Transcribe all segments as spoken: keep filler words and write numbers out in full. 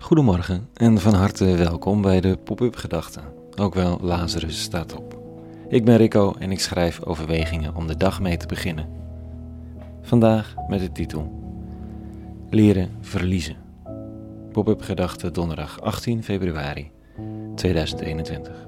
Goedemorgen en van harte welkom bij de Pop-up Gedachten, ook wel Lazarus staat op. Ik ben Rico en ik schrijf overwegingen om de dag mee te beginnen. Vandaag met de titel Leren verliezen. Pop-up Gedachten donderdag achttien februari tweeduizend eenentwintig.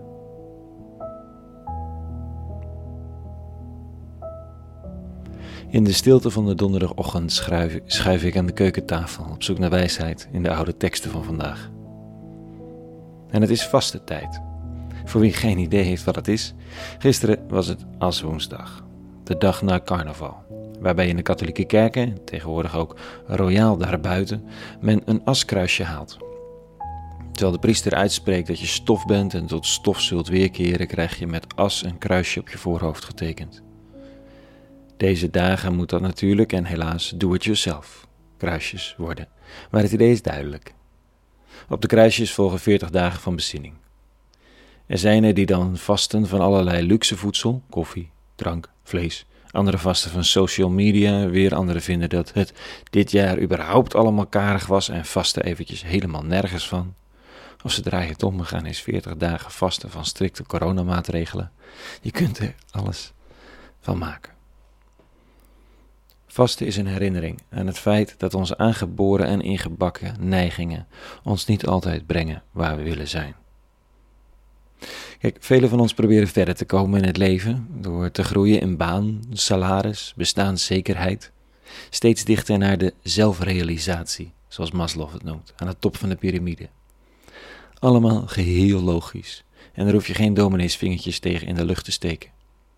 In de stilte van de donderdagochtend schuif, schuif ik aan de keukentafel op zoek naar wijsheid in de oude teksten van vandaag. En het is vaste tijd. Voor wie geen idee heeft wat het is, gisteren was het Aswoensdag, de dag na carnaval, waarbij in de katholieke kerken, tegenwoordig ook royaal daarbuiten, men een askruisje haalt. Terwijl de priester uitspreekt dat je stof bent en tot stof zult weerkeren, krijg je met as een kruisje op je voorhoofd getekend. Deze dagen moet dat natuurlijk en helaas do-it-yourself kruisjes worden, maar het idee is duidelijk. Op de kruisjes volgen veertig dagen van bezinning. Er zijn er die dan vasten van allerlei luxe voedsel, koffie, drank, vlees. Anderen vasten van social media, weer anderen vinden dat het dit jaar überhaupt allemaal karig was en vasten eventjes helemaal nergens van. Of ze draaien het om en gaan eens veertig dagen vasten van strikte coronamaatregelen. Je kunt er alles van maken. Vasten is een herinnering aan het feit dat onze aangeboren en ingebakken neigingen ons niet altijd brengen waar we willen zijn. Kijk, velen van ons proberen verder te komen in het leven door te groeien in baan, salaris, bestaanszekerheid. Steeds dichter naar de zelfrealisatie, zoals Maslow het noemt, aan de top van de piramide. Allemaal geheel logisch en daar hoef je geen domineesvingertjes tegen in de lucht te steken.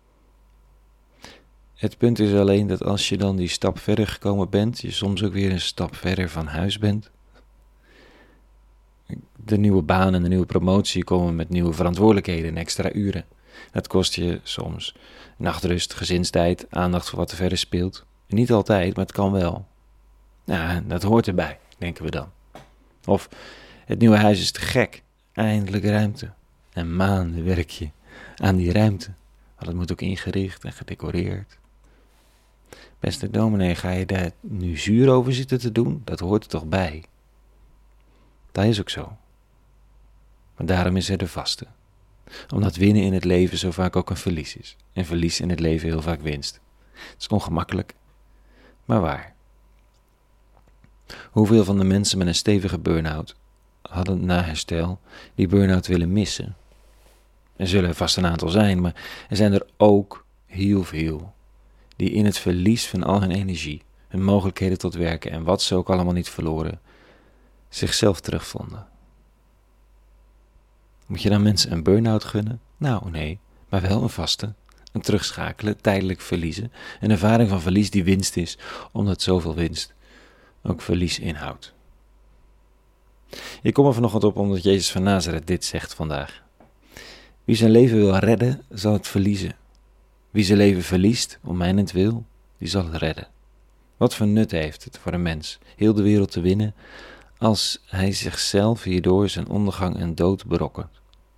Het punt is alleen dat als je dan die stap verder gekomen bent, je soms ook weer een stap verder van huis bent. De nieuwe baan en de nieuwe promotie komen met nieuwe verantwoordelijkheden en extra uren. Dat kost je soms nachtrust, gezinstijd, aandacht voor wat er verder speelt. Niet altijd, maar het kan wel. Nou, dat hoort erbij, denken we dan. Of het nieuwe huis is te gek, eindelijk ruimte. En maanden werk je aan die ruimte, want het moet ook ingericht en gedecoreerd. Beste dominee, ga je daar nu zuur over zitten te doen? Dat hoort er toch bij? Dat is ook zo. Maar daarom is er de vaste. Omdat winnen in het leven zo vaak ook een verlies is. En verlies in het leven heel vaak winst. Het is ongemakkelijk, maar waar. Hoeveel van de mensen met een stevige burn-out hadden na herstel die burn-out willen missen? Er zullen er vast een aantal zijn, maar er zijn er ook heel veel die in het verlies van al hun energie, hun mogelijkheden tot werken en wat ze ook allemaal niet verloren, zichzelf terugvonden. Moet je dan mensen een burn-out gunnen? Nou, nee, maar wel een vaste, een terugschakelen, tijdelijk verliezen, een ervaring van verlies die winst is, omdat zoveel winst ook verlies inhoudt. Ik kom er vanochtend op omdat Jezus van Nazareth dit zegt vandaag. Wie zijn leven wil redden, zal het verliezen. Wie zijn leven verliest, om mijnentwil, die zal het redden. Wat voor nut heeft het voor een mens heel de wereld te winnen, als hij zichzelf hierdoor zijn ondergang en dood berokkent?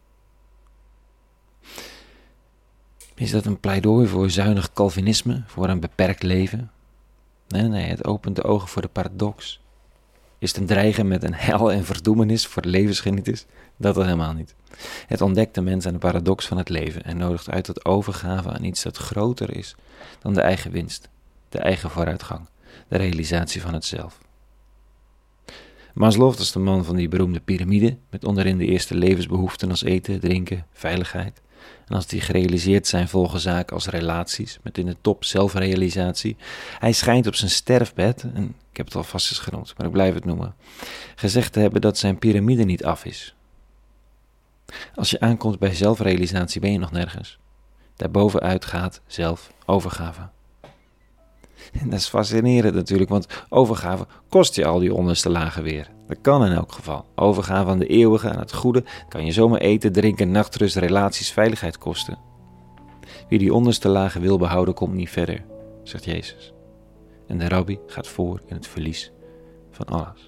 Is dat een pleidooi voor zuinig Calvinisme, voor een beperkt leven? Nee, nee, het opent de ogen voor de paradox. Is het een dreigen met een hel en verdoemenis voor de levensgenieters? Dat al helemaal niet. Het ontdekt de mens aan de paradox van het leven en nodigt uit tot overgave aan iets dat groter is dan de eigen winst, de eigen vooruitgang, de realisatie van het zelf. Maslow is de man van die beroemde piramide, met onderin de eerste levensbehoeften als eten, drinken, veiligheid. En als die gerealiseerd zijn volgen zaken als relaties, met in de top zelfrealisatie. Hij schijnt op zijn sterfbed, en ik heb het al vast eens genoemd, maar ik blijf het noemen, gezegd te hebben dat zijn piramide niet af is. Als je aankomt bij zelfrealisatie ben je nog nergens. Daarbovenuit gaat zelfovergave. En dat is fascinerend natuurlijk, want overgave kost je al die onderste lagen weer. Dat kan in elk geval. Overgave aan de eeuwige, aan het goede, kan je zomaar eten, drinken, nachtrust, relaties, veiligheid kosten. Wie die onderste lagen wil behouden, komt niet verder, zegt Jezus. En de rabbi gaat voor in het verlies van alles.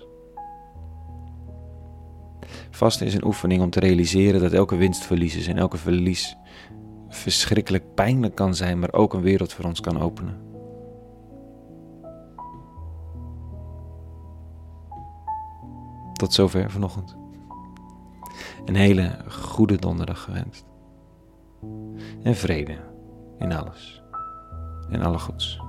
Vasten is een oefening om te realiseren dat elke winst verlies is en elke verlies verschrikkelijk pijnlijk kan zijn, maar ook een wereld voor ons kan openen. Tot zover vanochtend. Een hele goede donderdag gewenst. En vrede in alles. En alle goeds.